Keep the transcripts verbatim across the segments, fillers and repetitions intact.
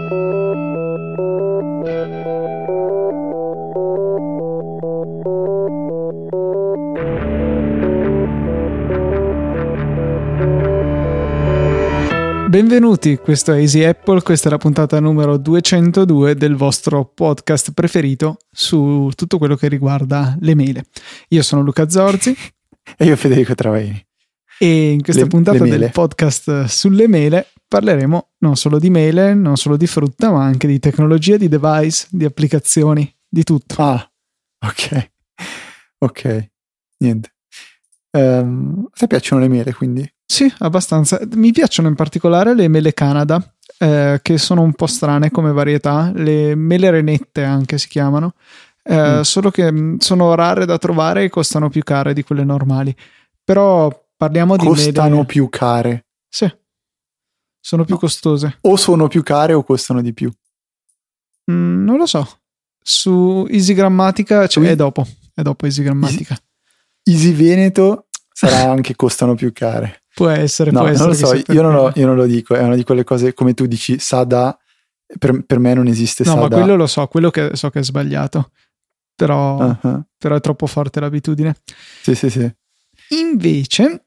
Benvenuti, questo è Easy Apple, questa è la puntata numero duecentodue del vostro podcast preferito su tutto quello che riguarda le mele. Io sono Luca Zorzi e io Federico Travaini e in questa le, puntata le del podcast sulle mele parleremo non solo di mele, non solo di frutta, ma anche di tecnologia, di device, di applicazioni, di tutto. Ah, ok, ok, niente. Um, a te piacciono le mele, quindi? Sì, abbastanza. Mi piacciono in particolare le mele Canada, eh, che sono un po' strane come varietà, le mele renette anche si chiamano, eh, mm. solo che sono rare da trovare e costano più care di quelle normali. Però parliamo di mele... Costano più care? Sì, sono più no. costose. O sono più care o costano di più? Mm, non lo so. Su Easy Grammatica, cioè, è dopo, è dopo Easy Grammatica. Easy, Easy Veneto sarà anche costano più care. Può essere, no, può essere. Non lo so, io non, lo, io non lo dico, è una di quelle cose come tu dici, sa da, per, per me non esiste no, sa da. No, ma quello lo so, quello che so che è sbagliato, però, uh-huh. però è troppo forte l'abitudine. Sì, sì, sì. Invece,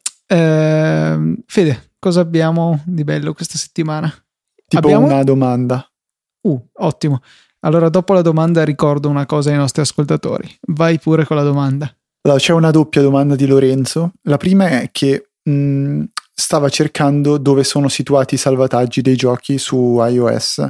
eh, Fede, cosa abbiamo di bello questa settimana? Tipo abbiamo... una domanda. Uh, ottimo. Allora dopo la domanda ricordo una cosa ai nostri ascoltatori. Vai pure con la domanda. Allora, c'è una doppia domanda di Lorenzo. La prima è che mh, stava cercando dove sono situati i salvataggi dei giochi su iOS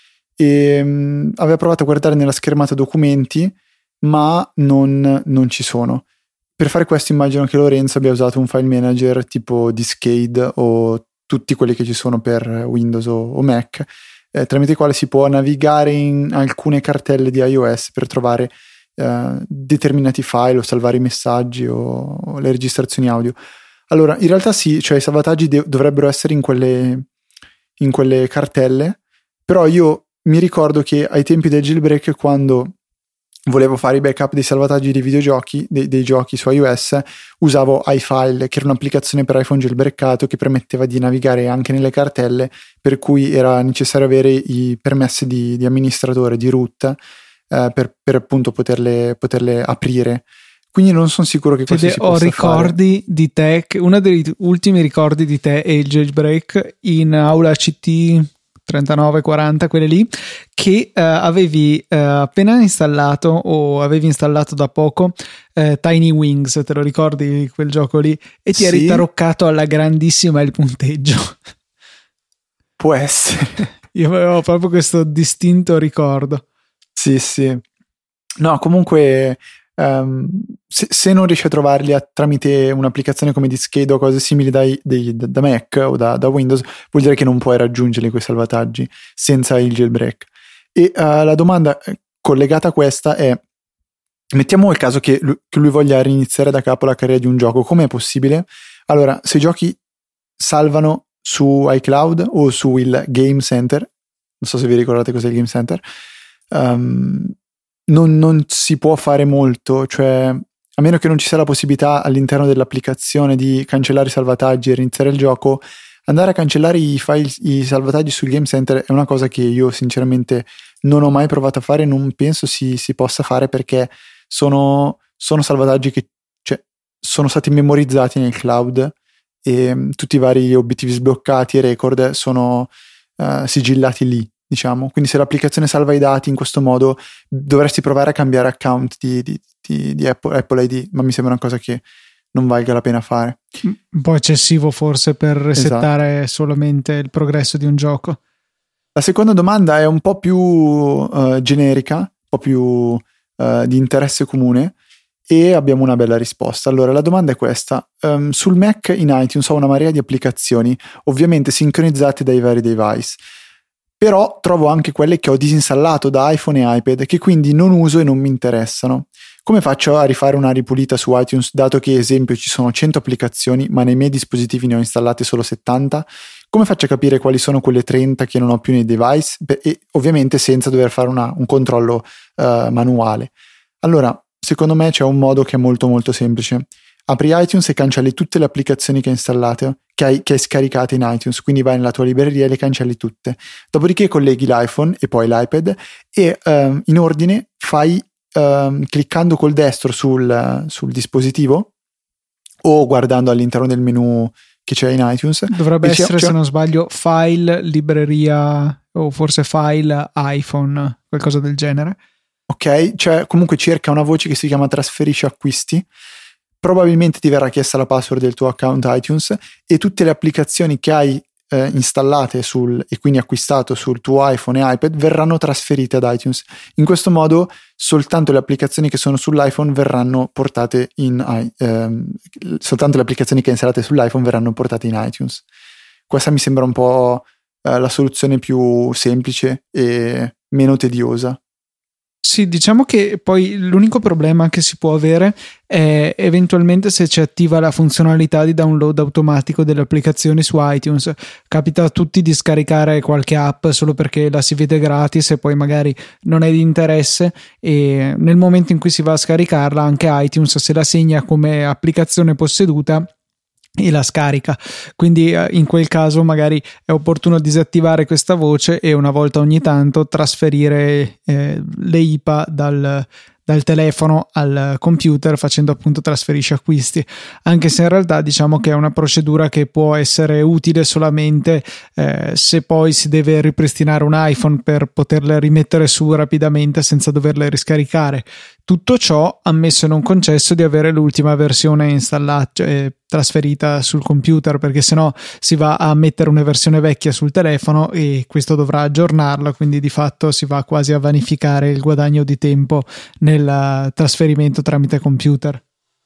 e mh, aveva provato a guardare nella schermata documenti, ma non, non ci sono. Per fare questo immagino che Lorenzo abbia usato un file manager tipo Discade o tutti quelli che ci sono per Windows o, o Mac, eh, tramite il quale si può navigare in alcune cartelle di iOS per trovare Uh, determinati file o salvare i messaggi o, o le registrazioni audio. Allora, in realtà sì, cioè i salvataggi de- dovrebbero essere in quelle, in quelle cartelle, però io mi ricordo che ai tempi del jailbreak, quando volevo fare i backup dei salvataggi dei videogiochi, dei, dei giochi su iOS, usavo iFile, che era un'applicazione per iPhone jailbreakato che permetteva di navigare anche nelle cartelle, per cui era necessario avere i permessi di, di amministratore, di root, Uh, per, per appunto poterle, poterle aprire. Quindi non sono sicuro che questo Fede, si possa ho ricordi fare. di te, uno degli ultimi ricordi di te è il jailbreak in aula C T trentanove quaranta, quelle lì, che uh, avevi uh, appena installato o avevi installato da poco uh, Tiny Wings, te lo ricordi quel gioco lì? E ti sì. eri taroccato alla grandissima il punteggio. Può essere. Io avevo proprio questo distinto ricordo. Sì, sì. No, comunque um, se, se non riesci a trovarli a, tramite un'applicazione come Discade o cose simili dai, dei, da, da Mac o da, da Windows, vuol dire che non puoi raggiungerli quei salvataggi senza il jailbreak. E uh, la domanda collegata a questa è: mettiamo il caso che lui, che lui voglia riniziare da capo la carriera di un gioco, com'è possibile? Allora, se i giochi salvano su iCloud o su il Game Center, non so se vi ricordate cos'è il Game Center, Um, non, non si può fare molto, cioè a meno che non ci sia la possibilità all'interno dell'applicazione di cancellare i salvataggi e riniziare il gioco. Andare a cancellare i file, i salvataggi sul Game Center è una cosa che io sinceramente non ho mai provato a fare, non penso si, si possa fare, perché sono, sono salvataggi che cioè, sono stati memorizzati nel cloud e um, tutti i vari obiettivi sbloccati e record sono uh, sigillati lì, diciamo. Quindi se l'applicazione salva i dati in questo modo, dovresti provare a cambiare account di, di, di, di Apple, Apple I D, ma mi sembra una cosa che non valga la pena fare. Un po' eccessivo forse per resettare esatto. solamente il progresso di un gioco. La seconda domanda è un po' più uh, generica, un po' più uh, di interesse comune, e abbiamo una bella risposta. Allora, la domanda è questa: um, sul Mac in iTunes ho una marea di applicazioni, ovviamente sincronizzate dai vari device, però trovo anche quelle che ho disinstallato da iPhone e iPad, che quindi non uso e non mi interessano. Come faccio a rifare una ripulita su iTunes, dato che, esempio, ci sono cento applicazioni, ma nei miei dispositivi ne ho installate solo settanta? Come faccio a capire quali sono quelle trenta che non ho più nei device? Beh, e ovviamente senza dover fare una, un controllo uh, manuale. Allora, secondo me c'è un modo che è molto molto semplice. apri iTunes e cancelli tutte le applicazioni che hai installate, che hai, che hai scaricate in iTunes, quindi vai nella tua libreria e le cancelli tutte. Dopodiché colleghi l'iPhone e poi l'iPad e um, in ordine fai um, cliccando col destro sul, sul dispositivo o guardando all'interno del menu che c'è in iTunes. Dovrebbe essere, c'è... se non sbaglio, file, libreria o forse file, iPhone, qualcosa del genere. Ok, cioè comunque cerca una voce che si chiama trasferisci acquisti. Probabilmente ti verrà chiesta la password del tuo account iTunes e tutte le applicazioni che hai eh, installate sul, e quindi acquistato sul tuo iPhone e iPad verranno trasferite ad iTunes. In questo modo soltanto le applicazioni che sono sull'iPhone verranno portate in ehm, soltanto le applicazioni che hai installate sull'iPhone verranno portate in iTunes. Questa mi sembra un po' eh, la soluzione più semplice e meno tediosa. Sì, diciamo che poi l'unico problema che si può avere è eventualmente se ci attiva la funzionalità di download automatico delle applicazioni su iTunes. Capita a tutti di scaricare qualche app solo perché la si vede gratis e poi magari non è di interesse, e nel momento in cui si va a scaricarla anche iTunes se la segna come applicazione posseduta e la scarica, quindi in quel caso magari è opportuno disattivare questa voce e una volta ogni tanto trasferire eh, le I P A dal, dal telefono al computer facendo appunto trasferisci acquisti, anche se in realtà diciamo che è una procedura che può essere utile solamente eh, se poi si deve ripristinare un iPhone per poterle rimettere su rapidamente senza doverle riscaricare. Tutto ciò ammesso e non concesso di avere l'ultima versione installata, eh, trasferita sul computer, perché sennò si va a mettere una versione vecchia sul telefono e questo dovrà aggiornarla, quindi di fatto si va quasi a vanificare il guadagno di tempo nel trasferimento tramite computer.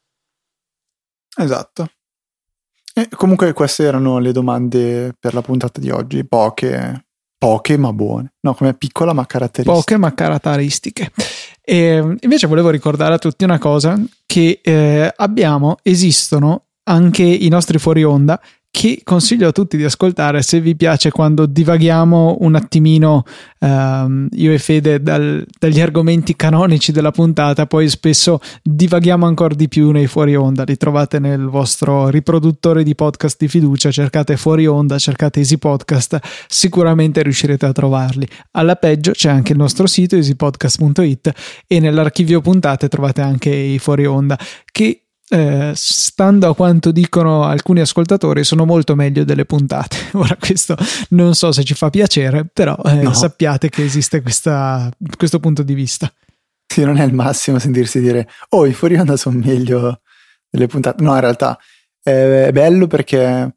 Esatto. E comunque queste erano le domande per la puntata di oggi, poche, poche ma buone. No, come piccola ma caratteristiche. Poche ma caratteristiche. E invece volevo ricordare a tutti una cosa, che eh, abbiamo, esistono anche i nostri fuori onda, che consiglio a tutti di ascoltare se vi piace quando divaghiamo un attimino, ehm, io e Fede, dal, dagli argomenti canonici della puntata, poi spesso divaghiamo ancora di più nei fuori onda. Li trovate nel vostro riproduttore di podcast di fiducia, cercate fuori onda, cercate Easy Podcast, sicuramente riuscirete a trovarli. Alla peggio c'è anche il nostro sito easy podcast punto it e nell'archivio puntate trovate anche i fuori onda, che Eh, stando a quanto dicono alcuni ascoltatori sono molto meglio delle puntate. Ora questo non so se ci fa piacere, però eh, no. Sappiate che esiste questa, questo punto di vista. Sì, non è il massimo sentirsi dire oh i fuori onda sono meglio delle puntate. No, in realtà è, è bello perché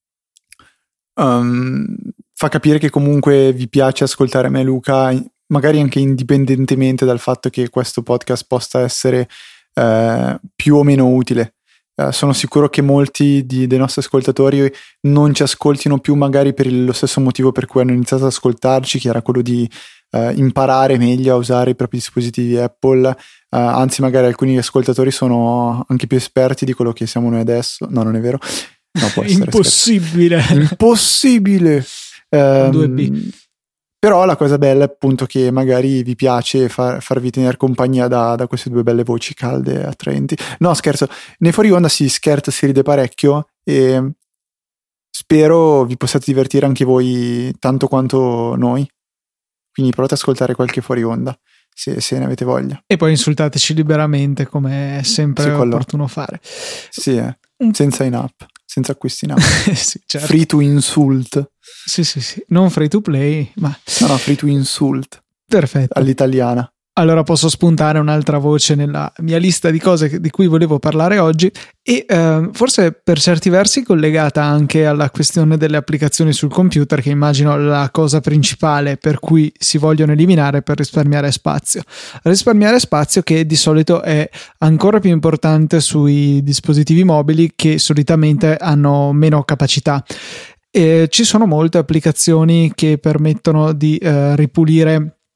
um, fa capire che comunque vi piace ascoltare me e Luca, magari anche indipendentemente dal fatto che questo podcast possa essere Uh, più o meno utile. Uh, sono sicuro che molti di, dei nostri ascoltatori non ci ascoltino più magari per il, lo stesso motivo per cui hanno iniziato ad ascoltarci, che era quello di uh, imparare meglio a usare i propri dispositivi Apple. Uh, anzi, magari alcuni ascoltatori sono anche più esperti di quello che siamo noi adesso. No, non è vero. No, può essere impossibile. Impossibile. Um, due B. Però la cosa bella è appunto che magari vi piace far, farvi tenere compagnia da, da queste due belle voci calde e attraenti. No, scherzo, nei fuori onda si scherza, si ride parecchio e spero vi possiate divertire anche voi tanto quanto noi. Quindi provate ad ascoltare qualche fuori onda se, se ne avete voglia. E poi insultateci liberamente, come è sempre sì, opportuno fare. Sì, eh. Senza in-app, senza acquisti in app. Sì, certo. Free to insult. Sì, sì, sì, non free to play, ma... No, no, free to insult. Perfetto. All'italiana. Allora posso spuntare un'altra voce nella mia lista di cose di cui volevo parlare oggi e eh, forse per certi versi collegata anche alla questione delle applicazioni sul computer, che immagino la cosa principale per cui si vogliono eliminare per risparmiare spazio. Risparmiare spazio che di solito è ancora più importante sui dispositivi mobili, che solitamente hanno meno capacità. E ci sono molte applicazioni che permettono di eh, ripulire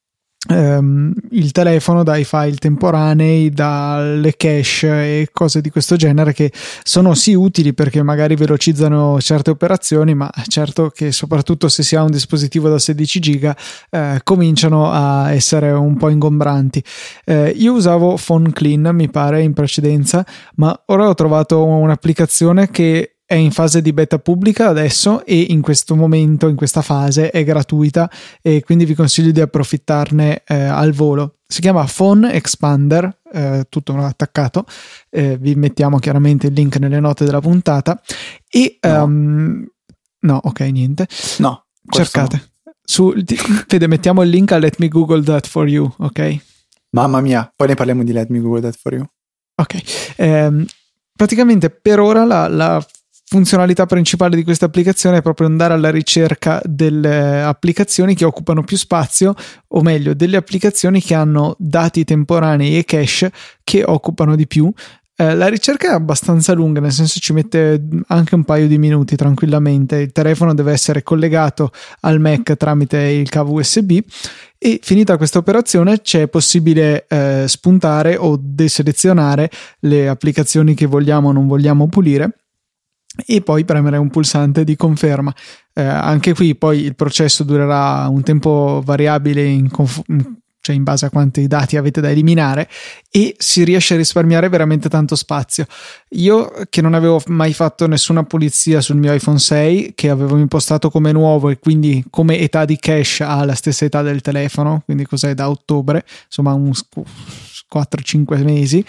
ehm, il telefono dai file temporanei, dalle cache e cose di questo genere, che sono sì utili perché magari velocizzano certe operazioni, ma certo che soprattutto se si ha un dispositivo da sedici giga eh, cominciano a essere un po' ingombranti. Eh, io usavo Phone Clean, mi pare, in precedenza, ma ora ho trovato un'applicazione che è in fase di beta pubblica adesso e in questo momento, in questa fase, è gratuita, e quindi vi consiglio di approfittarne eh, al volo. Si chiama Phone Expander, eh, tutto attaccato, eh, vi mettiamo chiaramente il link nelle note della puntata e no, um, no ok, niente, no, cercate no. Su, ti, Fede, mettiamo il link a Let Me Google That For You, ok? Mamma mia, poi ne parliamo di Let Me Google That For You. Ok, ehm, praticamente per ora la, la funzionalità principale di questa applicazione è proprio andare alla ricerca delle applicazioni che occupano più spazio, o meglio delle applicazioni che hanno dati temporanei e cache che occupano di più. Eh, la ricerca è abbastanza lunga, nel senso ci mette anche un paio di minuti tranquillamente. Il telefono deve essere collegato al Mac tramite il cavo U S B e finita questa operazione c'è possibile eh, spuntare o deselezionare le applicazioni che vogliamo o non vogliamo pulire e poi premere un pulsante di conferma. Eh, anche qui poi il processo durerà un tempo variabile in, conf- cioè in base a quanti dati avete da eliminare, e si riesce a risparmiare veramente tanto spazio. Io, che non avevo mai fatto nessuna pulizia sul mio iPhone sei, che avevo impostato come nuovo e quindi come età di cache ha la stessa età del telefono, quindi cos'è, da ottobre, insomma un quattro cinque mesi,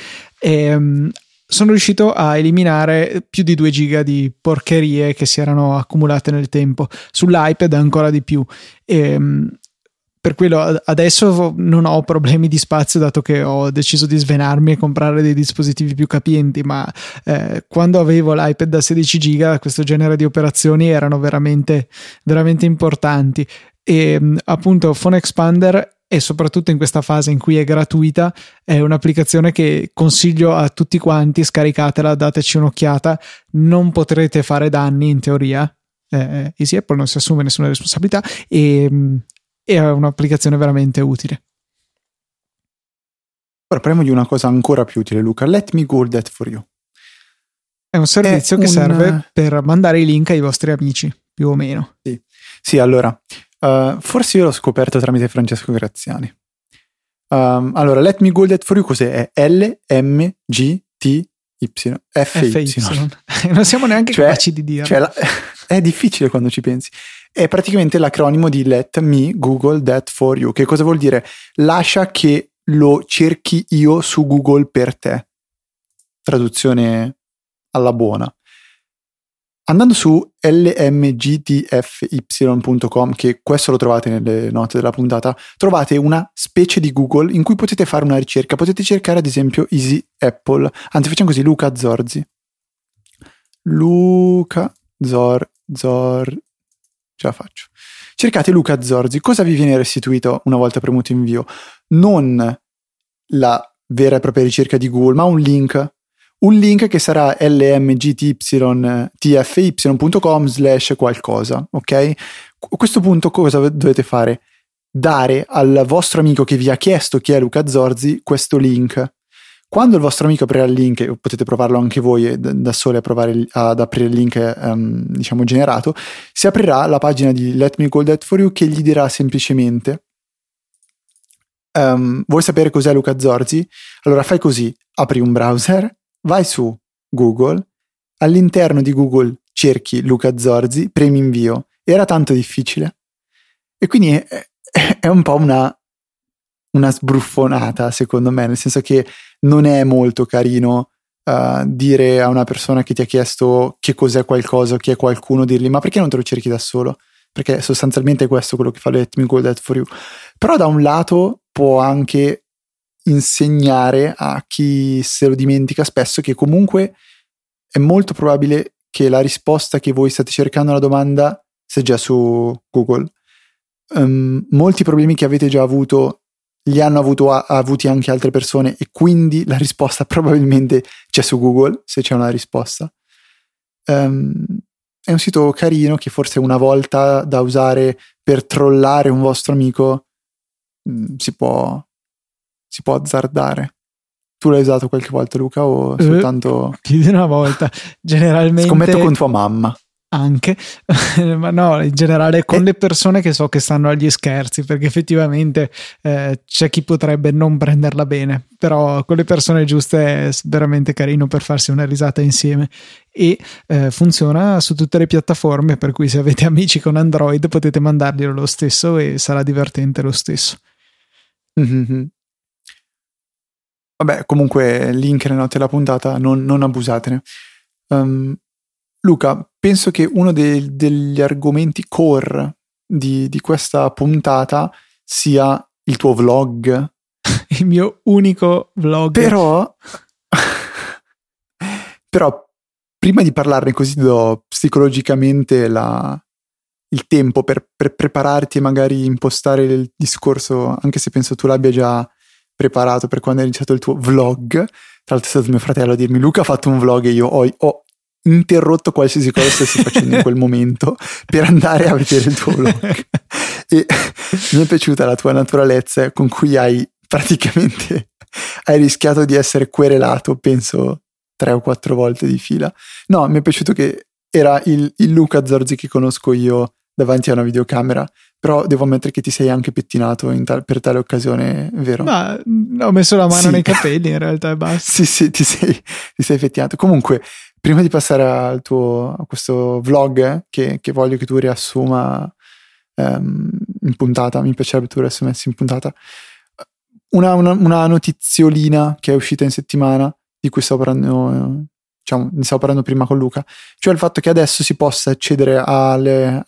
e sono riuscito a eliminare più di due giga di porcherie che si erano accumulate nel tempo. Sull'iPad ancora di più, e per quello adesso non ho problemi di spazio, dato che ho deciso di svenarmi e comprare dei dispositivi più capienti, ma eh, quando avevo l'iPad da sedici giga questo genere di operazioni erano veramente veramente importanti. E appunto Phone Expander, e soprattutto in questa fase in cui è gratuita, è un'applicazione che consiglio a tutti quanti. Scaricatela, dateci un'occhiata, non potrete fare danni in teoria, eh, Easy Apple non si assume nessuna responsabilità, e è un'applicazione veramente utile. Ora parliamo di una cosa ancora più utile, Luca. Let Me Google That For You. È un servizio è che un... serve per mandare i link ai vostri amici, più o meno. Sì, sì allora Uh, forse io l'ho scoperto tramite Francesco Graziani. Um, allora, Let Me Google That For You cos'è? È L M G T Y F Y. Non siamo neanche cioè, capaci di dirlo. Cioè la, è difficile quando ci pensi. È praticamente l'acronimo di Let Me Google That For You. Che cosa vuol dire? Lascia che lo cerchi io su Google per te. Traduzione alla buona. Andando su l m g t f y punto com, che questo lo trovate nelle note della puntata, trovate una specie di Google in cui potete fare una ricerca. Potete cercare ad esempio Easy Apple. Anzi, facciamo così: Luca Zorzi. Luca Zor Zor ce la faccio. Cercate Luca Zorzi. Cosa vi viene restituito una volta premuto invio? Non la vera e propria ricerca di Google, ma un link. Un link che sarà l m g t f y punto com slash qualcosa, ok? A questo punto cosa dovete fare? Dare al vostro amico che vi ha chiesto chi è Luca Zorzi questo link. Quando il vostro amico aprirà il link, potete provarlo anche voi da soli a provare ad aprire il link um, diciamo generato, si aprirà la pagina di Let Me Google That For You, che gli dirà semplicemente um, vuoi sapere cos'è Luca Zorzi? Allora fai così: apri un browser, vai su Google, all'interno di Google cerchi Luca Zorzi, premi invio. Era tanto difficile. E quindi è, è un po' una, una sbruffonata, secondo me, nel senso che non è molto carino uh, dire a una persona che ti ha chiesto che cos'è qualcosa, chi è qualcuno, dirgli ma perché non te lo cerchi da solo? Perché sostanzialmente è questo quello che fa Let Me Google That For You. Però da un lato può anche insegnare a chi se lo dimentica spesso che comunque è molto probabile che la risposta che voi state cercando alla domanda sia già su Google. Um, molti problemi che avete già avuto li hanno avuto a, avuti anche altre persone, e quindi la risposta probabilmente c'è su Google, se c'è una risposta. Um, è un sito carino che forse una volta da usare per trollare un vostro amico mh, si può si può azzardare. Tu l'hai usato qualche volta, Luca, o Eh, soltanto più di una volta. Generalmente scommetto con tua mamma? anche, ma no, in generale con Eh. le persone che so che stanno agli scherzi, perché effettivamente eh, c'è chi potrebbe non prenderla bene, però con le persone giuste è veramente carino per farsi una risata insieme. E eh, funziona su tutte le piattaforme, per cui se avete amici con Android potete mandarglielo lo stesso e sarà divertente lo stesso. Mhm. Vabbè, comunque link nelle note della puntata, non, non abusatene. Um, Luca, penso che uno dei- degli argomenti core di, di questa puntata sia il tuo vlog. Il mio unico vlog. Però, però prima di parlarne così ti do psicologicamente la- il tempo per, per prepararti e magari impostare il discorso, anche se penso tu l'abbia già preparato per quando hai iniziato il tuo vlog. Tra l'altro è stato mio fratello a dirmi: Luca ha fatto un vlog, e io ho, ho interrotto qualsiasi cosa stessi facendo in quel momento per andare a vedere il tuo vlog. E mi è piaciuta la tua naturalezza con cui hai praticamente hai rischiato di essere querelato, penso tre o quattro volte di fila. No, mi è piaciuto che era il, il Luca Zorzi che conosco io davanti a una videocamera, però devo ammettere che ti sei anche pettinato in tal- per tale occasione, vero? Ma mm, ho messo la mano Sì. nei capelli in realtà e basta. Sì, sì, ti sei, ti sei pettinato. Comunque, prima di passare al tuo, a questo vlog, eh, che, che voglio che tu riassuma ehm, in puntata, mi piacerebbe che tu riassumessi in puntata, una, una, una notiziolina che è uscita in settimana, di cui stavo parlando, diciamo, ne stavo parlando prima con Luca, cioè il fatto che adesso si possa accedere alla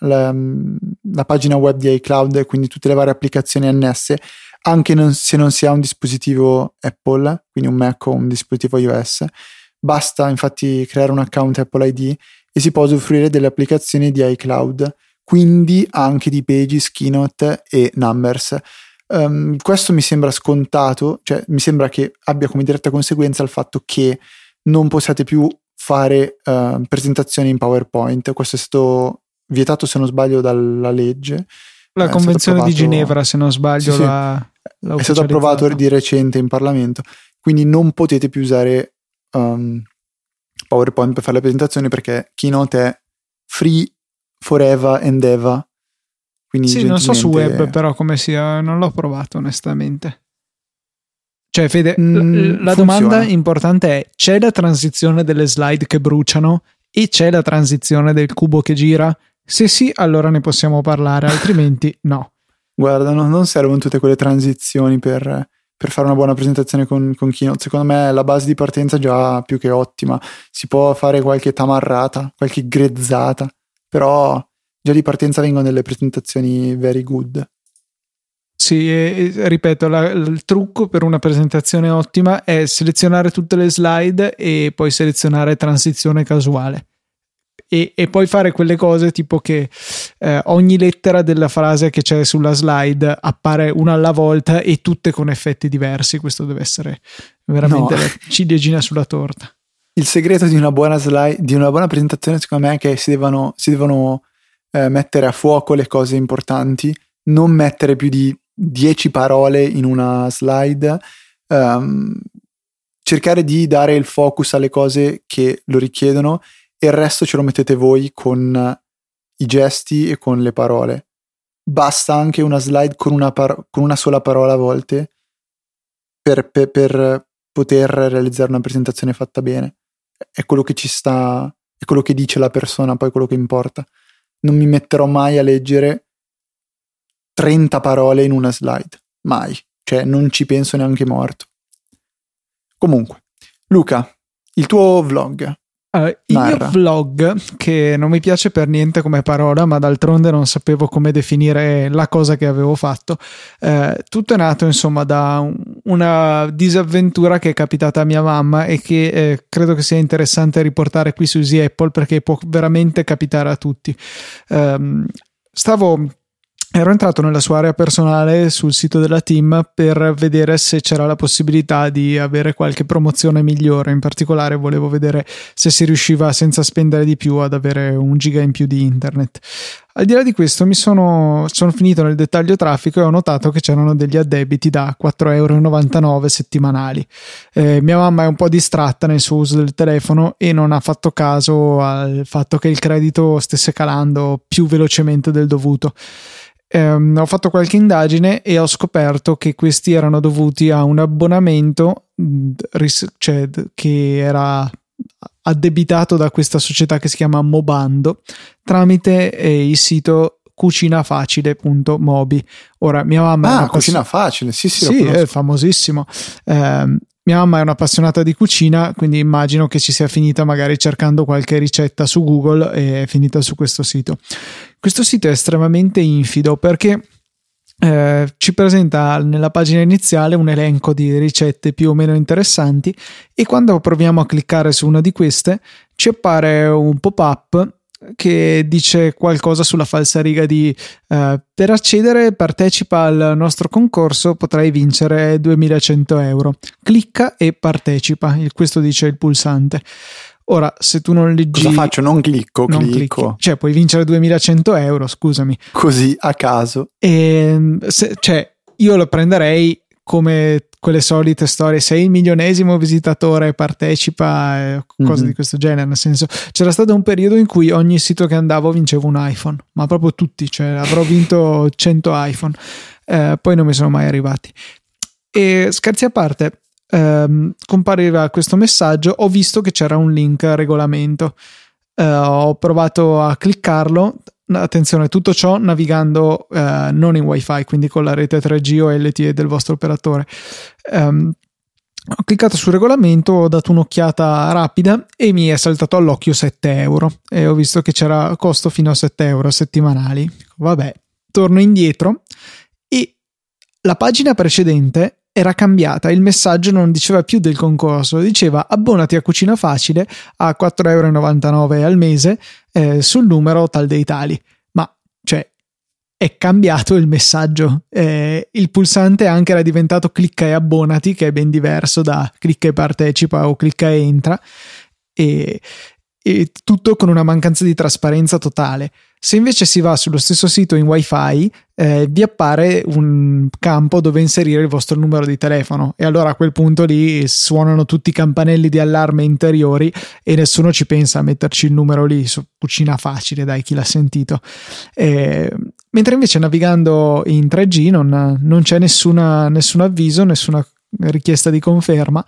la pagina web di iCloud, quindi tutte le varie applicazioni annesse, anche non, se non si ha un dispositivo Apple, quindi un Mac o un dispositivo iOS. Basta infatti creare un account Apple I D e si può usufruire delle applicazioni di iCloud, quindi anche di Pages, Keynote e Numbers. Um, questo mi sembra scontato, cioè mi sembra che abbia come diretta conseguenza il fatto che non possiate più fare uh, presentazioni in PowerPoint. Questo è stato vietato, se non sbaglio, dalla legge. La È convenzione stato di approvato- Ginevra, se non sbaglio, Sì, sì. l'ha, l'ha È stato approvato ufficializzato. di recente in Parlamento, quindi non potete più usare um, PowerPoint per fare le presentazioni, perché Keynote è free forever and ever. Quindi Sì, non so su gentilmente- web però come sia, non l'ho provato onestamente. Cioè Fede, Mm, la, la funziona. domanda importante è: c'è la transizione delle slide che bruciano e c'è la transizione del cubo che gira? Se sì, allora ne possiamo parlare, altrimenti no. Guarda, no- non servono tutte quelle transizioni per, per fare una buona presentazione con, con Keynote. Secondo me la base di partenza è già più che ottima. Si può fare qualche tamarrata, qualche grezzata, però già di partenza vengono delle presentazioni very good. Sì, e, e, ripeto, la- il trucco per una presentazione ottima è selezionare tutte le slide e poi selezionare transizione casuale. E, e poi fare quelle cose tipo che eh, ogni lettera della frase che c'è sulla slide appare una alla volta e tutte con effetti diversi. Questo deve essere veramente No. la ciliegina sulla torta. Il segreto di una buona slide, di una buona presentazione, secondo me, è che si devono, si devono eh, mettere a fuoco le cose importanti, non mettere più di dieci parole in una slide, um, cercare di dare il focus alle cose che lo richiedono e il resto ce lo mettete voi con i gesti e con le parole. Basta anche una slide con una, par- con una sola parola a volte per, per, per poter realizzare una presentazione fatta bene. È quello che ci sta, è quello che dice la persona, poi quello che importa. Non mi metterò mai a leggere trenta parole in una slide, mai, cioè non ci penso neanche morto. Comunque, Luca, il tuo vlog. Uh, il Narra. mio vlog, che non mi piace per niente come parola, ma d'altronde non sapevo come definire la cosa che avevo fatto. Eh, tutto è nato insomma da un, una disavventura che è capitata a mia mamma e che eh, credo che sia interessante riportare qui su Easy Apple, perché può veramente capitare a tutti. Um, stavo ero entrato nella sua area personale sul sito della team per vedere se c'era la possibilità di avere qualche promozione migliore. In particolare volevo vedere se si riusciva senza spendere di più ad avere un giga in più di internet. Al di là di questo mi sono, sono finito nel dettaglio traffico e ho notato che c'erano degli addebiti da quattro virgola novantanove euro settimanali. Eh, mia mamma è un po' distratta nel suo uso del telefono e non ha fatto caso al fatto che il credito stesse calando più velocemente del dovuto. Eh, ho fatto qualche indagine e ho scoperto che questi erano dovuti a un abbonamento cioè, che era addebitato da questa società che si chiama Mobando tramite eh, il sito cucinafacile punto mobi. Ora mia mamma ah Cucina Facile, sì sì, sì è famosissimo. Eh, mia mamma è un'appassionata di cucina, quindi immagino che ci sia finita magari cercando qualche ricetta su Google e è finita su questo sito. Questo sito è estremamente infido perché Eh, ci presenta nella pagina iniziale un elenco di ricette più o meno interessanti e quando proviamo a cliccare su una di queste ci appare un pop-up che dice qualcosa sulla falsariga di eh, per accedere partecipa al nostro concorso, potrai vincere duemilacento euro, clicca e partecipa. Questo dice il pulsante. Ora, se tu non leggi... Cosa faccio? Non clicco, non clicco. Clicchi. Cioè, puoi vincere duemilacento euro, scusami. Così, a caso. E, se, cioè, io lo prenderei come quelle solite storie, sei il milionesimo visitatore, partecipa, eh, cose mm-hmm. di questo genere, nel senso, c'era stato un periodo in cui ogni sito che andavo vincevo un iPhone, ma proprio tutti, cioè avrò vinto cento iPhone, eh, poi non mi sono mai arrivati. E scherzi a parte, Um, compariva questo messaggio, ho visto che c'era un link a regolamento, uh, ho provato a cliccarlo, attenzione, tutto ciò navigando uh, non in wifi, quindi con la rete tre G o L T E del vostro operatore. Um, ho cliccato sul regolamento, ho dato un'occhiata rapida e mi è saltato all'occhio sette euro e ho visto che c'era costo fino a sette euro settimanali. Vabbè, torno indietro e la pagina precedente era cambiata, il messaggio non diceva più del concorso, diceva abbonati a Cucina Facile a quattro virgola novantanove euro al mese eh, sul numero tal dei tali. Ma cioè è cambiato il messaggio, eh, il pulsante anche era diventato clicca e abbonati, che è ben diverso da clicca e partecipa o clicca e entra, e, e tutto con una mancanza di trasparenza totale. Se invece si va sullo stesso sito in wifi eh, vi appare un campo dove inserire il vostro numero di telefono e allora a quel punto lì suonano tutti i campanelli di allarme interiori e nessuno ci pensa a metterci il numero lì su Cucina Facile, dai, chi l'ha sentito. Eh, mentre invece navigando in tre G non, non c'è nessuna, nessun avviso, nessuna richiesta di conferma.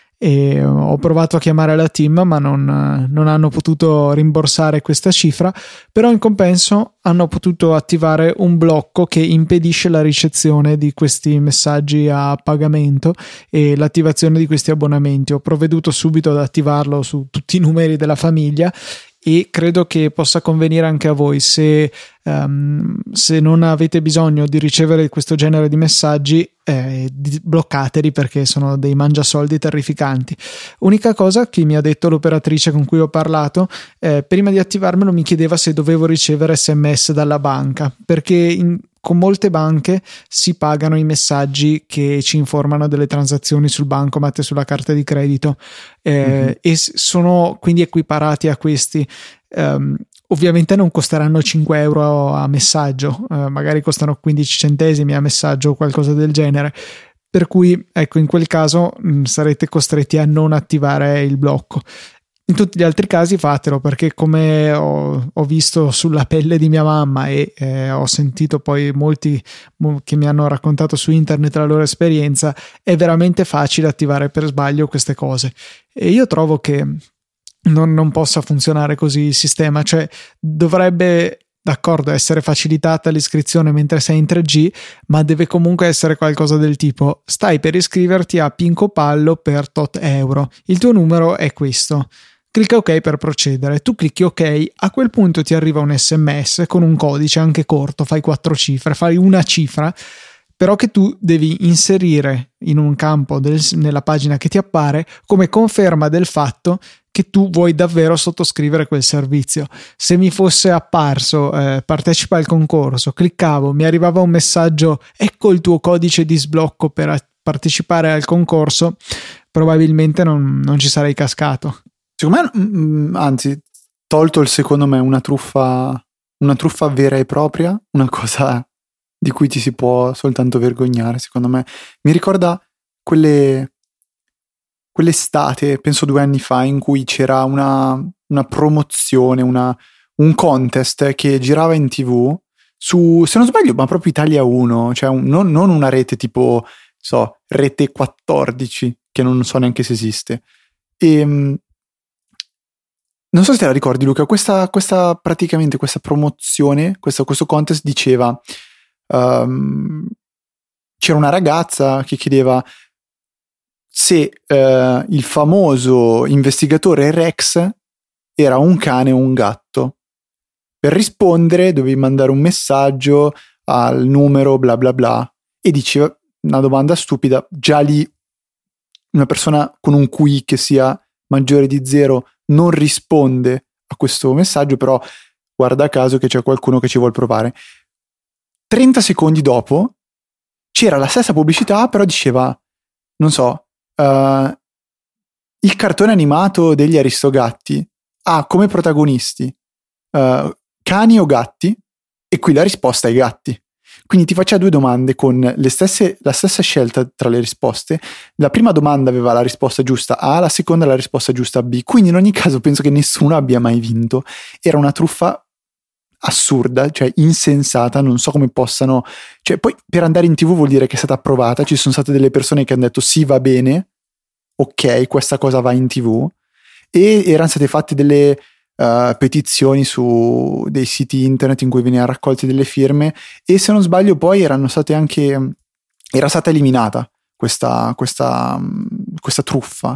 E ho provato a chiamare la team ma non, non hanno potuto rimborsare questa cifra, però in compenso hanno potuto attivare un blocco che impedisce la ricezione di questi messaggi a pagamento e l'attivazione di questi abbonamenti. Ho provveduto subito ad attivarlo su tutti i numeri della famiglia e credo che possa convenire anche a voi. Se, um, se non avete bisogno di ricevere questo genere di messaggi, eh, bloccateli perché sono dei mangiasoldi terrificanti. Unica cosa che mi ha detto l'operatrice con cui ho parlato, eh, prima di attivarmelo mi chiedeva se dovevo ricevere sms dalla banca, perché in, con molte banche si pagano i messaggi che ci informano delle transazioni sul bancomat e sulla carta di credito, eh, mm-hmm. e sono quindi equiparati a questi. Um, ovviamente non costeranno cinque euro a messaggio, uh, magari costano quindici centesimi a messaggio o qualcosa del genere, per cui ecco, in quel caso mh, sarete costretti a non attivare il blocco. In tutti gli altri casi fatelo, perché come ho, ho visto sulla pelle di mia mamma e eh, ho sentito poi molti che mi hanno raccontato su internet la loro esperienza, è veramente facile attivare per sbaglio queste cose e io trovo che non, non possa funzionare così il sistema. Cioè dovrebbe, d'accordo, essere facilitata l'iscrizione mentre sei in tre G, ma deve comunque essere qualcosa del tipo: stai per iscriverti a Pinco Pallo per tot euro, il tuo numero è questo, clicca ok per procedere. Tu clicchi ok, a quel punto ti arriva un sms con un codice anche corto, fai quattro cifre, fai una cifra, però che tu devi inserire in un campo del, nella pagina che ti appare come conferma del fatto che tu vuoi davvero sottoscrivere quel servizio. Se mi fosse apparso eh, partecipa al concorso, cliccavo, mi arrivava un messaggio ecco il tuo codice di sblocco per a- partecipare al concorso, probabilmente non, non ci sarei cascato. Secondo me, mh, anzi, tolto il secondo me una truffa, una truffa vera e propria, una cosa di cui ti si può soltanto vergognare, secondo me. Mi ricorda quelle quell'estate, penso due anni fa, in cui c'era una, una promozione, una, un contest che girava in tivù su, se non sbaglio, ma proprio Italia uno, cioè un, non, non una rete tipo, so, rete quattordici, che non so neanche se esiste. E non so se te la ricordi, Luca, questa, questa praticamente questa promozione, questo, questo contest diceva Um, c'era una ragazza che chiedeva se uh, il famoso investigatore Rex era un cane o un gatto. Per rispondere dovevi mandare un messaggio al numero bla bla bla e diceva una domanda stupida. Già lì una persona con un Q I che sia maggiore di zero non risponde a questo messaggio, però guarda caso che c'è qualcuno che ci vuol provare. trenta secondi dopo c'era la stessa pubblicità, però diceva, non so, uh, il cartone animato degli Aristogatti ha come protagonisti uh, cani o gatti, e qui la risposta è gatti. Quindi ti faceva due domande con le stesse, la stessa scelta tra le risposte. La prima domanda aveva la risposta giusta A, la seconda la risposta giusta B. Quindi in ogni caso penso che nessuno abbia mai vinto. Era una truffa assurda, cioè insensata, non so come possano, cioè poi per andare in tivù vuol dire che è stata approvata, ci sono state delle persone che hanno detto sì, va bene, ok, questa cosa va in tivù, e erano state fatte delle uh, petizioni su dei siti internet in cui venivano raccolte delle firme, e se non sbaglio poi erano state anche era stata eliminata questa, questa, questa truffa.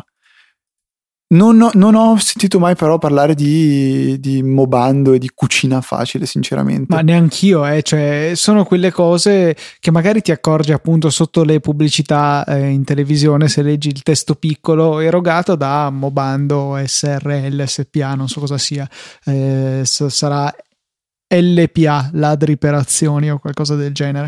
Non ho, non ho sentito mai però parlare di, di Mobando e di cucina facile, sinceramente. Ma neanch'io, eh. Cioè, sono quelle cose che magari ti accorgi appunto sotto le pubblicità eh, in televisione, se leggi il testo piccolo erogato da Mobando S R L S P A, non so cosa sia, eh, sarà L P A, ladri per azioni o qualcosa del genere.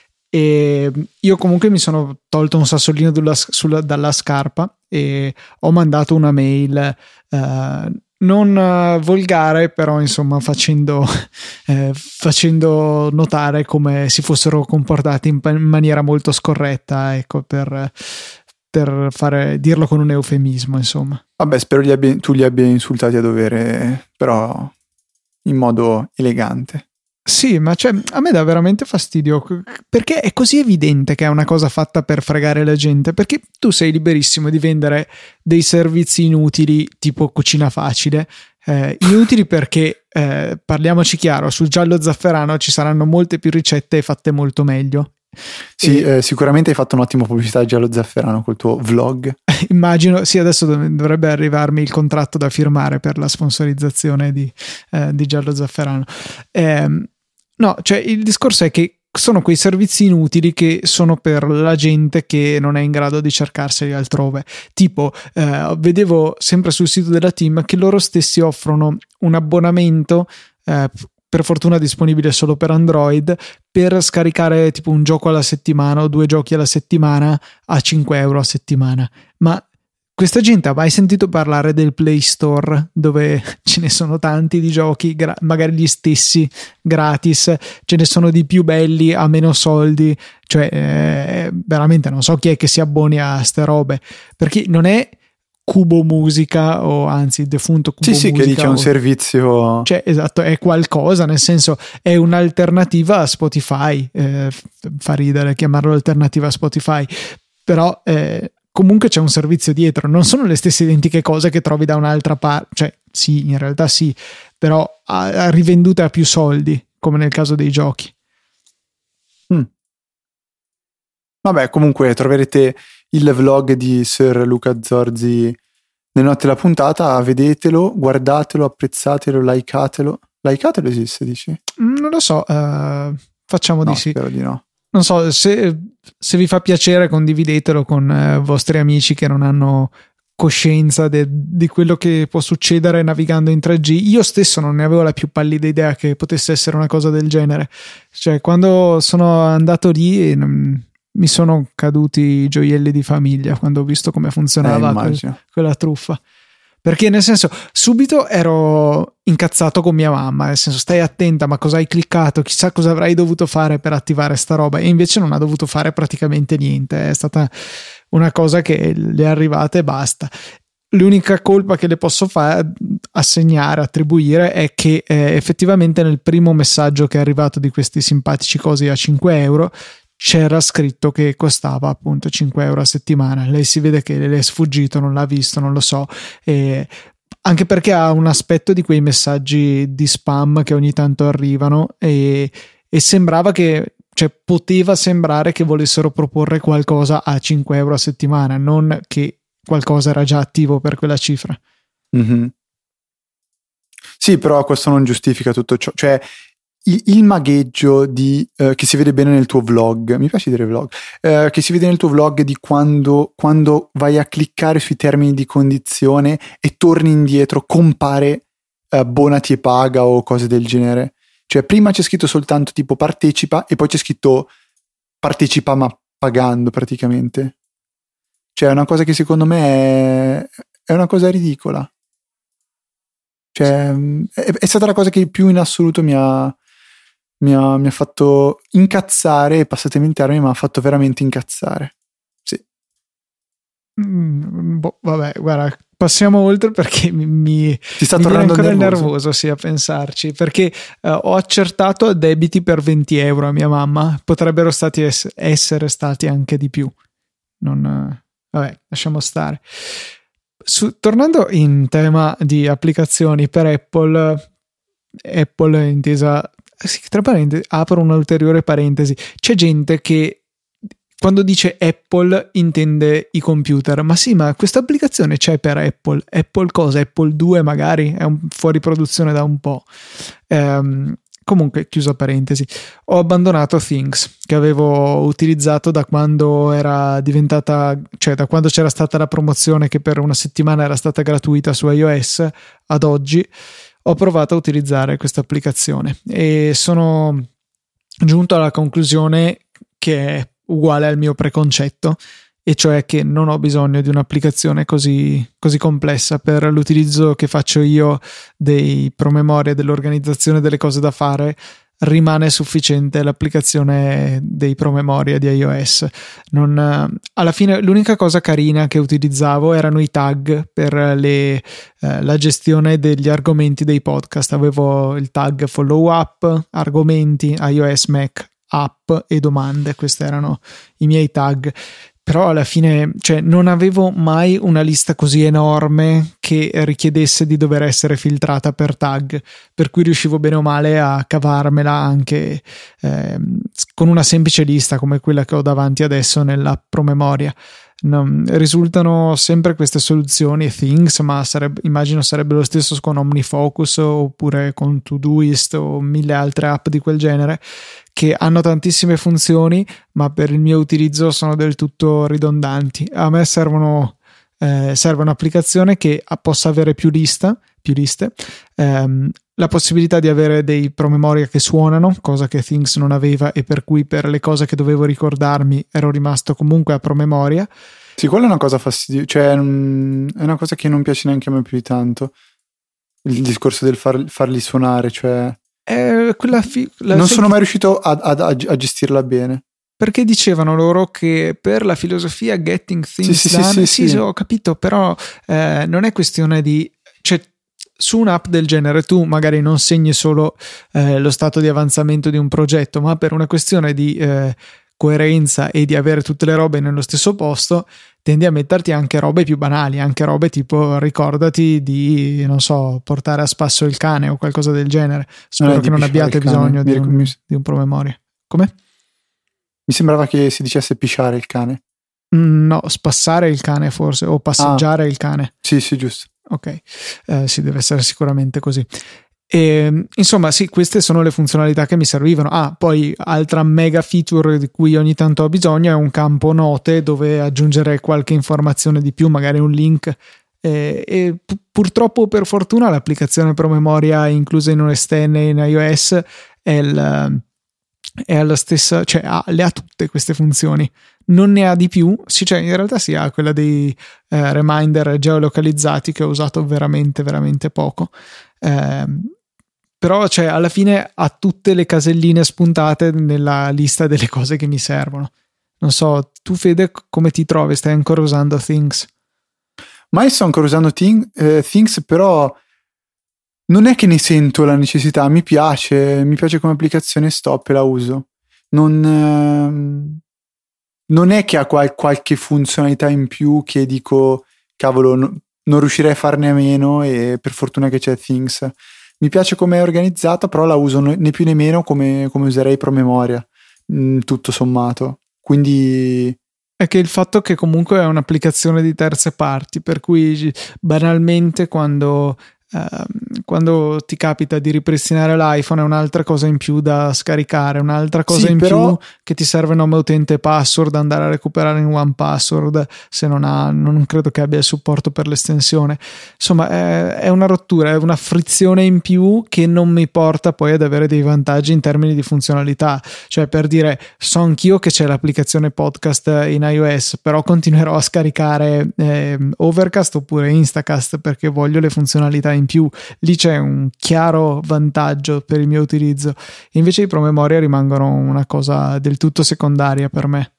E io comunque mi sono tolto un sassolino dalla, sulla, dalla scarpa e ho mandato una mail eh, non uh, volgare, però insomma facendo, eh, facendo notare come si fossero comportati in, in maniera molto scorretta, ecco, per, per fare, dirlo con un eufemismo, insomma. Vabbè, spero li abbia, tu li abbia insultati a dovere, però in modo elegante. Sì, ma cioè, a me dà veramente fastidio, perché è così evidente che è una cosa fatta per fregare la gente, perché tu sei liberissimo di vendere dei servizi inutili tipo cucina facile, eh, inutili perché, eh, parliamoci chiaro, sul giallo zafferano ci saranno molte più ricette fatte molto meglio. Sì, e... eh, sicuramente hai fatto un'ottima pubblicità al giallo zafferano col tuo vlog. Immagino, sì, adesso dovrebbe arrivarmi il contratto da firmare per la sponsorizzazione di, eh, di giallo zafferano. Eh, No, cioè il discorso è che sono quei servizi inutili che sono per la gente che non è in grado di cercarseli altrove. Tipo, eh, vedevo sempre sul sito della Team che loro stessi offrono un abbonamento, eh, per fortuna disponibile solo per Android, per scaricare tipo un gioco alla settimana o due giochi alla settimana a cinque euro a settimana. Ma questa gente ha mai sentito parlare del Play Store, dove ce ne sono tanti di giochi, gra- magari gli stessi gratis, ce ne sono di più belli a meno soldi, cioè eh, veramente non so chi è che si abboni a ste robe, perché non è Cubo Musica o anzi defunto Cubo sì, Musica. Sì, che dice o... un servizio... Cioè, esatto, è qualcosa, nel senso è un'alternativa a Spotify, eh, fa ridere chiamarlo alternativa a Spotify, però... Eh, comunque c'è un servizio dietro, non sono le stesse identiche cose che trovi da un'altra parte, cioè sì, in realtà sì, però a, a rivendute a più soldi, come nel caso dei giochi. Mm. Vabbè, comunque troverete il vlog di Sir Luca Zorzi nelle note della puntata, vedetelo, guardatelo, apprezzatelo, likeatelo. Likeatelo esiste, dici? Non lo so, uh, facciamo no, di sì. Spero di no. non so, se, se vi fa piacere condividetelo con eh, vostri amici che non hanno coscienza de, di quello che può succedere navigando in tre G. Io stesso non ne avevo la più pallida idea che potesse essere una cosa del genere. Cioè, quando sono andato lì non, mi sono caduti i gioielli di famiglia quando ho visto come funzionava eh, quel, quella truffa. Perché nel senso, subito ero incazzato con mia mamma, nel senso, stai attenta, ma cosa hai cliccato, chissà cosa avrai dovuto fare per attivare sta roba, e invece non ha dovuto fare praticamente niente, è stata una cosa che le è arrivata e basta. L'unica colpa che le posso fare, assegnare, attribuire, è che eh, effettivamente nel primo messaggio che è arrivato di questi simpatici cosi a cinque euro c'era scritto che costava appunto cinque euro a settimana. Lei si vede che le è sfuggito, non l'ha visto, non lo so, e anche perché ha un aspetto di quei messaggi di spam che ogni tanto arrivano, e, e sembrava che, cioè poteva sembrare che volessero proporre qualcosa a cinque euro a settimana, non che qualcosa era già attivo per quella cifra. Mm-hmm. Sì, però questo non giustifica tutto ciò, cioè il, il magheggio di, uh, che si vede bene nel tuo vlog, mi piace dire vlog, uh, che si vede nel tuo vlog di quando, quando vai a cliccare sui termini di condizione e torni indietro, compare uh, abbonati e paga o cose del genere. Cioè prima c'è scritto soltanto tipo partecipa e poi c'è scritto partecipa ma pagando praticamente. Cioè è una cosa che secondo me è, è una cosa ridicola. Cioè è, è stata la cosa che più in assoluto mi ha Mi ha, mi ha fatto incazzare, passatemi in termini, ma ha fatto veramente incazzare. Sì. Mm, boh, vabbè, guarda, passiamo oltre perché mi, mi, Ti sta mi viene tornando ancora nervoso, nervoso sì, a pensarci, perché uh, ho accertato debiti per venti euro a mia mamma, potrebbero stati ess- essere stati anche di più. Non, uh, vabbè, lasciamo stare. Su, tornando in tema di applicazioni per Apple, Apple intesa. Sì, tra parentesi, apro un'ulteriore parentesi. C'è gente che quando dice Apple intende i computer, ma sì, ma questa applicazione c'è per Apple. Apple cosa? Apple due magari? È un, fuori produzione da un po'. Ehm, comunque, chiusa parentesi. Ho abbandonato Things, che avevo utilizzato da quando era diventata, cioè da quando c'era stata la promozione che per una settimana era stata gratuita su iOS ad oggi. Ho provato a utilizzare questa applicazione e sono giunto alla conclusione che è uguale al mio preconcetto, e cioè che non ho bisogno di un'applicazione così, così complessa per l'utilizzo che faccio io dei promemoria, dell'organizzazione delle cose da fare. Rimane sufficiente l'applicazione dei promemoria di iOS. Non, alla fine l'unica cosa carina che utilizzavo erano i tag per le, eh, la gestione degli argomenti dei podcast. Avevo il tag follow up, argomenti, iOS, Mac, app e domande. Questi erano i miei tag. Però alla fine, cioè, non avevo mai una lista così enorme che richiedesse di dover essere filtrata per tag, per cui riuscivo bene o male a cavarmela anche eh, con una semplice lista come quella che ho davanti adesso nella promemoria. Non, risultano sempre queste soluzioni Things, ma sarebbe, immagino sarebbe lo stesso con OmniFocus oppure con Todoist o mille altre app di quel genere, che hanno tantissime funzioni ma per il mio utilizzo sono del tutto ridondanti. A me servono eh, serve un'applicazione che possa avere più lista più liste, ehm, la possibilità di avere dei promemoria che suonano, cosa che Things non aveva, e per cui per le cose che dovevo ricordarmi ero rimasto comunque a promemoria. Sì, quella è una cosa fastidiosa, cioè mm, è una cosa che non piace neanche a me più di tanto, il discorso del far, farli suonare, cioè Eh, quella fi- la non senti- sono mai riuscito a, a, a gestirla bene. Perché dicevano loro che per la filosofia getting things Sì, sì, done, sì, sì, sì, sì. ho capito, però eh, non è questione di, cioè, su un'app del genere tu magari non segni solo eh, lo stato di avanzamento di un progetto, ma per una questione di eh, coerenza e di avere tutte le robe nello stesso posto tendi a metterti anche robe più banali, anche robe tipo ricordati di, non so, portare a spasso il cane o qualcosa del genere. Spero Non è che di non pisciare abbiate il cane, bisogno mi di un, ric- di un promemoria. Come? Mi sembrava che si dicesse pisciare il cane. Mm, no, spassare il cane forse, o passeggiare Ah, il cane. sì, sì, giusto. Ok, eh, sì, deve essere sicuramente così. E, insomma, sì, queste sono le funzionalità che mi servivano. Ah, poi altra mega feature di cui ogni tanto ho bisogno è un campo note dove aggiungere qualche informazione di più, magari un link. E, e pu- purtroppo, per fortuna, l'applicazione promemoria inclusa in O S X e in iOS è, il, è alla stessa, cioè ha, le ha tutte queste funzioni. Non ne ha di più, sì, cioè in realtà si ha quella dei eh, reminder geolocalizzati che ho usato veramente, veramente poco. Eh, però cioè, alla fine ha tutte le caselline spuntate nella lista delle cose che mi servono. Non so, tu Fede come ti trovi? Stai ancora usando Things? Ma io sto ancora usando thing, eh, Things, però non è che ne sento la necessità, mi piace, mi piace come applicazione, stop e la uso. Non, ehm, non è che ha qual- qualche funzionalità in più che dico, cavolo, no, non riuscirei a farne a meno e per fortuna che c'è Things. Mi piace come è organizzata, però la uso né più né meno come, come userei promemoria, mh, tutto sommato. Quindi... È che il fatto che comunque è un'applicazione di terze parti, per cui banalmente quando... Uh, quando ti capita di ripristinare l'iPhone è un'altra cosa in più da scaricare, un'altra cosa sì, in però... più che ti serve nome utente e password, andare a recuperare in one password se non ha, non credo che abbia il supporto per l'estensione. Insomma è, è una rottura, è una frizione in più che non mi porta poi ad avere dei vantaggi in termini di funzionalità. Cioè, per dire, so anch'io che c'è l'applicazione podcast in iOS, però continuerò a scaricare eh, Overcast oppure Instacast perché voglio le funzionalità in più. Lì c'è un chiaro vantaggio per il mio utilizzo, invece i promemoria rimangono una cosa del tutto secondaria per me.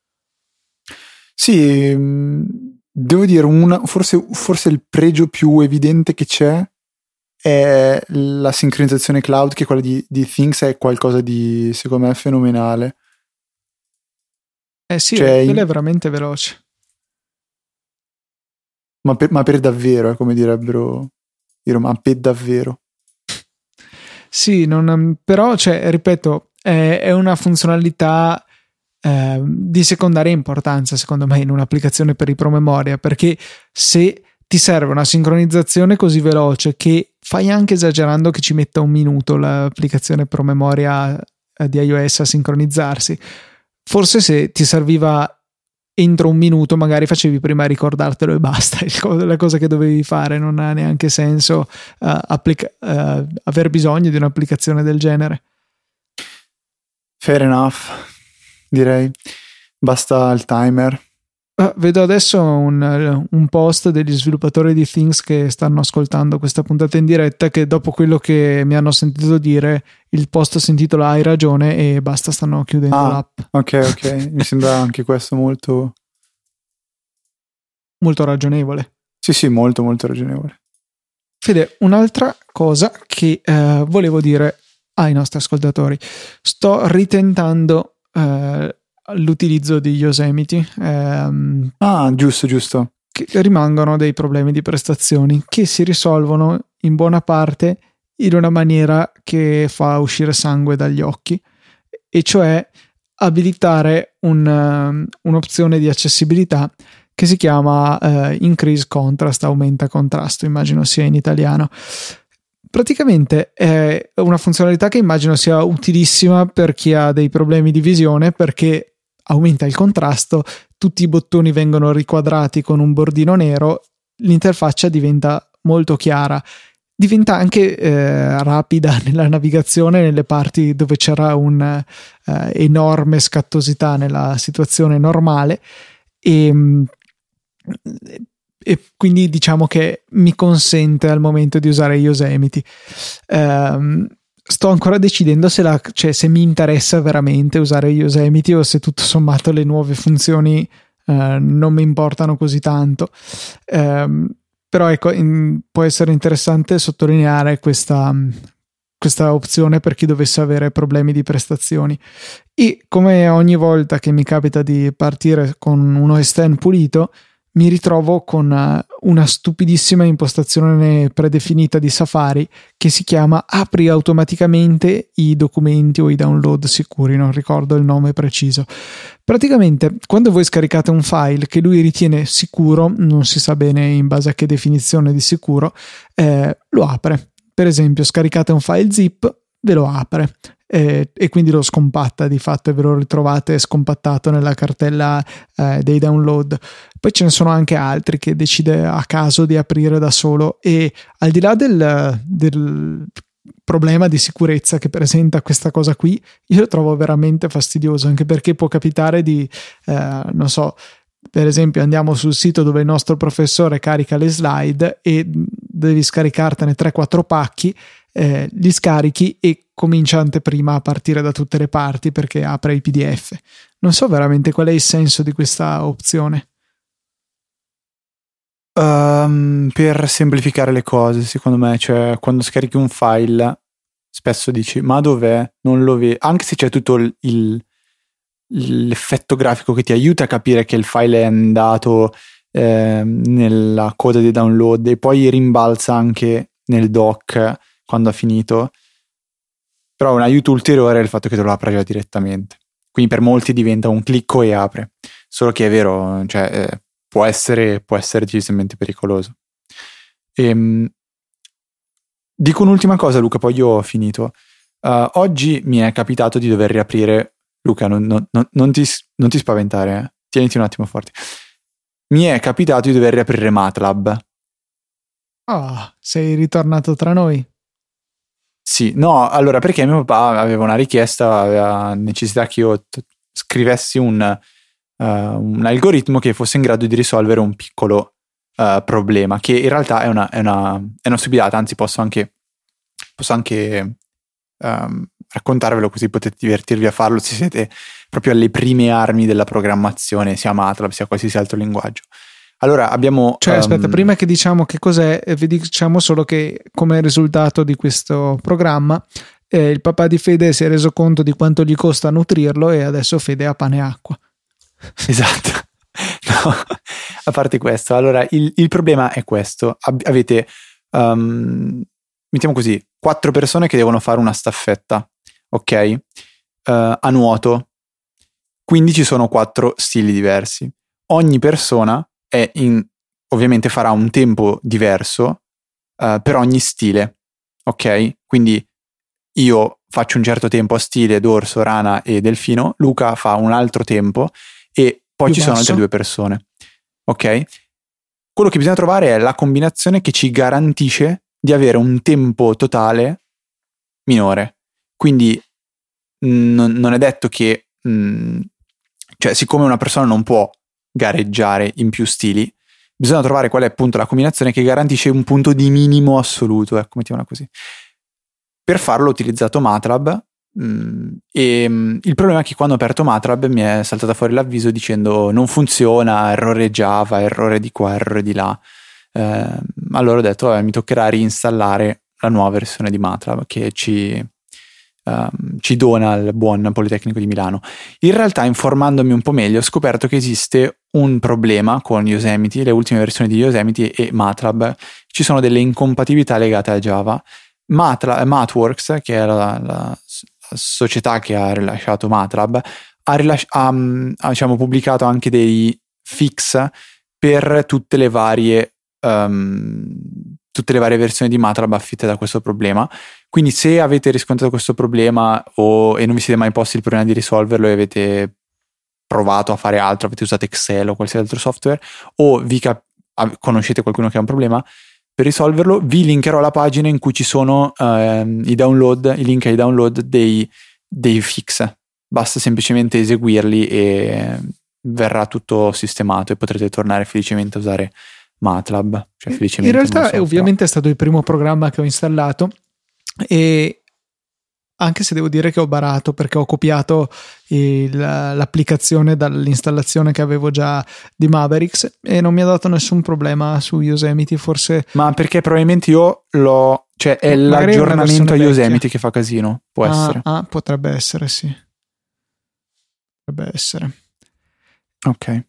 Sì, devo dire una, forse, forse il pregio più evidente che c'è è la sincronizzazione cloud, che quella di, di Things è qualcosa di, secondo me, fenomenale. Eh sì, cioè, quella è veramente veloce, ma per, ma per davvero, è come direbbero ma per davvero. Sì, non, però, cioè, ripeto, è, è una funzionalità eh, di secondaria importanza, secondo me, in un'applicazione per i promemoria, perché se ti serve una sincronizzazione così veloce che fai anche esagerando che ci metta un minuto l'applicazione promemoria eh, di iOS a sincronizzarsi, forse se ti serviva entro un minuto magari facevi prima a ricordartelo e basta, la cosa che dovevi fare. Non ha neanche senso uh, applica- uh, aver bisogno di un'applicazione del genere. Fair enough, direi. Basta il timer. Uh, vedo adesso un, un post degli sviluppatori di Things che stanno ascoltando questa puntata in diretta, che dopo quello che mi hanno sentito dire il post si intitola Hai ragione e basta, stanno chiudendo ah, l'app. Ok, ok, mi sembra anche questo molto molto ragionevole. Sì, sì, molto molto ragionevole. Fede, un'altra cosa che uh, volevo dire ai nostri ascoltatori: sto ritentando uh, l'utilizzo di Yosemite. Um, ah, giusto, giusto. Che rimangono dei problemi di prestazioni che si risolvono in buona parte in una maniera che fa uscire sangue dagli occhi, e cioè abilitare un, um, un'opzione di accessibilità che si chiama uh, Increase Contrast, aumenta contrasto, immagino sia in italiano. Praticamente è una funzionalità che immagino sia utilissima per chi ha dei problemi di visione, perché aumenta il contrasto, tutti i bottoni vengono riquadrati con un bordino nero, l'interfaccia diventa molto chiara, diventa anche eh, rapida nella navigazione nelle parti dove c'era un eh, enorme scattosità nella situazione normale, e, e quindi diciamo che mi consente al momento di usare Yosemite. Um, sto ancora decidendo se, la, cioè se mi interessa veramente usare Yosemite o se tutto sommato le nuove funzioni uh, non mi importano così tanto. Um, però ecco, in, può essere interessante sottolineare questa, questa opzione per chi dovesse avere problemi di prestazioni. E come ogni volta che mi capita di partire con un O S X pulito, mi ritrovo con una stupidissima impostazione predefinita di Safari che si chiama apri automaticamente i documenti o i download sicuri, non ricordo il nome preciso. Praticamente quando voi scaricate un file che lui ritiene sicuro, non si sa bene in base a che definizione di sicuro, eh, lo apre. per esempio scaricate un file zip, ve lo apre eh, e quindi lo scompatta di fatto e ve lo ritrovate scompattato nella cartella eh, dei download. Poi ce ne sono anche altri che decide a caso di aprire da solo, e al di là del, del problema di sicurezza che presenta questa cosa qui, io lo trovo veramente fastidioso, anche perché può capitare di eh, non so, per esempio andiamo sul sito dove il nostro professore carica le slide e devi scaricartene tre quattro pacchi, eh, li scarichi e comincia anteprima a partire da tutte le parti perché apre i P D F. Non so veramente qual è il senso di questa opzione. Um, per semplificare le cose, secondo me, cioè quando scarichi un file spesso dici ma dov'è? Non lo vedo, anche se c'è tutto il, il l'effetto grafico che ti aiuta a capire che il file è andato eh, nella coda di download e poi rimbalza anche nel doc quando ha finito, però un aiuto ulteriore è il fatto che te lo apra già direttamente, quindi per molti diventa un clicco e apre, solo che è vero, cioè eh, può essere può essere decisamente pericoloso. E, dico un'ultima cosa, Luca, poi io ho finito. Uh, oggi mi è capitato di dover riaprire. Luca, non, non, non, ti, non ti spaventare, eh? Tieniti un attimo forte. Mi è capitato di dover riaprire MATLAB. Oh, sei ritornato tra noi? Sì, no, allora perché mio papà aveva una richiesta, aveva necessità che io t- scrivessi un, uh, un algoritmo che fosse in grado di risolvere un piccolo uh, problema, che in realtà è una, è una, è una stupidata, anzi posso anche, posso anche um, raccontarvelo così potete divertirvi a farlo se siete proprio alle prime armi della programmazione, sia MATLAB sia qualsiasi altro linguaggio. Allora abbiamo cioè um, aspetta, prima che diciamo che cos'è, vi diciamo solo che come risultato di questo programma eh, il papà di Fede si è reso conto di quanto gli costa nutrirlo e adesso Fede ha pane e acqua. Esatto. No, a parte questo, allora il, il problema è questo: Ab- avete um, mettiamo così quattro persone che devono fare una staffetta, ok, uh, a nuoto, quindi ci sono quattro stili diversi, ogni persona è in, ovviamente farà un tempo diverso uh, per ogni stile, ok, quindi io faccio un certo tempo a stile dorso, rana e delfino, Luca fa un altro tempo e poi Più ci basso. sono altre due persone, ok. Quello che bisogna trovare è la combinazione che ci garantisce di avere un tempo totale minore, quindi n- non è detto che mh, cioè siccome una persona non può gareggiare in più stili, bisogna trovare qual è appunto la combinazione che garantisce un punto di minimo assoluto, ecco, mettiamola così. Per farlo ho utilizzato MATLAB mh, e mh, il problema è che quando ho aperto MATLAB mi è saltata fuori l'avviso dicendo non funziona, errore Java, errore di qua, errore di là. Eh, allora ho detto vabbè, mi toccherà reinstallare la nuova versione di MATLAB che ci, um, ci dona il buon Politecnico di Milano. In realtà, informandomi un po' meglio, ho scoperto che esiste un problema con Yosemite, le ultime versioni di Yosemite e MATLAB. Ci sono delle incompatibilità legate a Java. MATLAB, MathWorks, che è la, la, la società che ha rilasciato MATLAB, ha, rilasci- ha, ha diciamo, pubblicato anche dei fix per tutte le varie um, tutte le varie versioni di MATLAB affette da questo problema. Quindi se avete riscontrato questo problema o, e non vi siete mai posti il problema di risolverlo e avete provato a fare altro, avete usato Excel o qualsiasi altro software, o vi cap- conoscete qualcuno che ha un problema, per risolverlo vi linkerò la pagina in cui ci sono ehm, i download, i link ai download dei, dei fix. Basta semplicemente eseguirli e verrà tutto sistemato e potrete tornare felicemente a usare MATLAB. Cioè felicemente, in realtà non so, è ovviamente è stato il primo programma che ho installato, e anche se devo dire che ho barato perché ho copiato il, l'applicazione dall'installazione che avevo già di Mavericks e non mi ha dato nessun problema su Yosemite, forse. Ma perché probabilmente io l'ho, cioè è Magari è una l'aggiornamento a versione Yosemite vecchia. che fa casino, può ah, essere. Ah, potrebbe essere, sì. Potrebbe essere. Ok.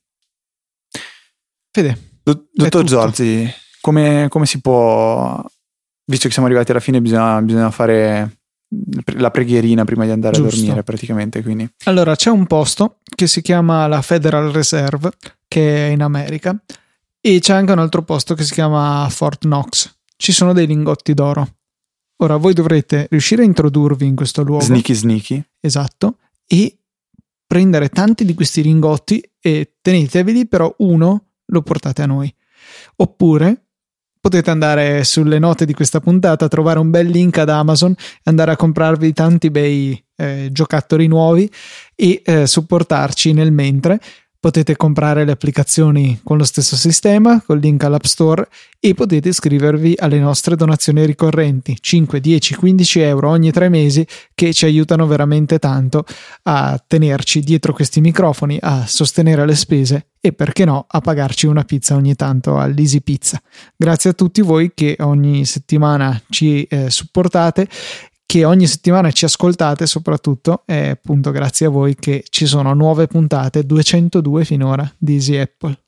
Fede. Do- dottor Zorzi, come, come si può, visto che siamo arrivati alla fine, bisogna, bisogna fare la preghierina prima di andare Giusto. a dormire praticamente, quindi. Allora c'è un posto che si chiama la Federal Reserve, che è in America, e c'è anche un altro posto che si chiama Fort Knox. Ci sono dei lingotti d'oro. Ora voi dovrete riuscire a introdurvi in questo luogo. Sneaky sneaky. Esatto. E prendere tanti di questi lingotti e teneteveli, però uno lo portate a noi. Oppure potete andare sulle note di questa puntata, trovare un bel link ad Amazon, andare a comprarvi tanti bei eh, giocattoli nuovi e eh, supportarci nel mentre. Potete comprare le applicazioni con lo stesso sistema, col link all'App Store, e potete iscrivervi alle nostre donazioni ricorrenti, cinque, dieci, quindici euro ogni tre mesi, che ci aiutano veramente tanto a tenerci dietro questi microfoni, a sostenere le spese e, perché no, a pagarci una pizza ogni tanto all'Easy Pizza. Grazie a tutti voi che ogni settimana ci eh, supportate, che ogni settimana ci ascoltate, soprattutto è appunto grazie a voi che ci sono nuove puntate, duecentodue finora, di Easy Apple.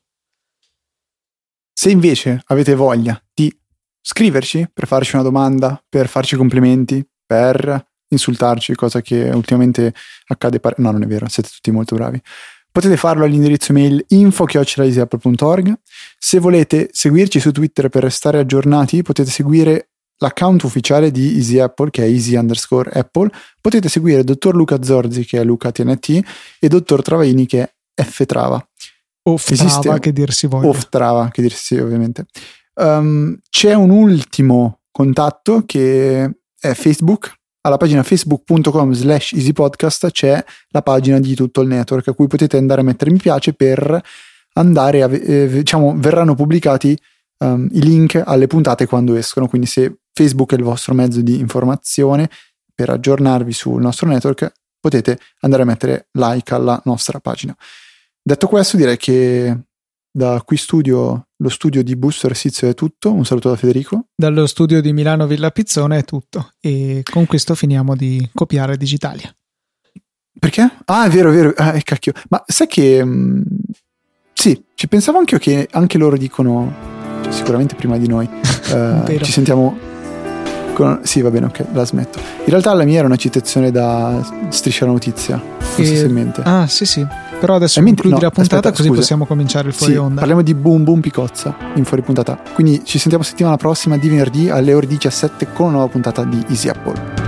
Se invece avete voglia di scriverci per farci una domanda, per farci complimenti, per insultarci, cosa che ultimamente accade, par- no non è vero, siete tutti molto bravi, potete farlo all'indirizzo mail info chiocciola easy apple punto org. Se volete seguirci su Twitter per restare aggiornati, potete seguire l'account ufficiale di Easy Apple, che è easy underscore apple. Potete seguire dottor Luca Zorzi, che è Luca T N T, e dottor Travaini, che è F Trava. Off Trava, che dir si voglia. Off Trava, che dir si ovviamente. Um, c'è un ultimo contatto che è Facebook. Alla pagina facebook punto com slash easypodcast c'è la pagina di tutto il network, a cui potete andare a mettere mi piace per andare a, eh, diciamo, verranno pubblicati Um, i link alle puntate quando escono, quindi se Facebook è il vostro mezzo di informazione per aggiornarvi sul nostro network, potete andare a mettere like alla nostra pagina. Detto questo, direi che da qui studio, lo studio di Busto Sizio è tutto. Un saluto da Federico. Dallo studio di Milano Villa Pizzone è tutto, e con questo finiamo di copiare Digitalia. Perché? Ah, è vero, è vero, ah, cacchio. Ma sai che mh, sì, ci pensavo anche io, che anche loro dicono sicuramente prima di noi. uh, ci sentiamo con... sì, va bene, ok, la smetto. In realtà la mia era una citazione da Striscia la Notizia, non e... so se in mente. Ah sì sì, però adesso concludi no, la puntata, aspetta, così scusa. Possiamo cominciare il fuori sì, onda. Parliamo di Boom Boom Picozza in fuori puntata, quindi ci sentiamo settimana prossima di venerdì alle ore diciassette con una nuova puntata di Easy Apple.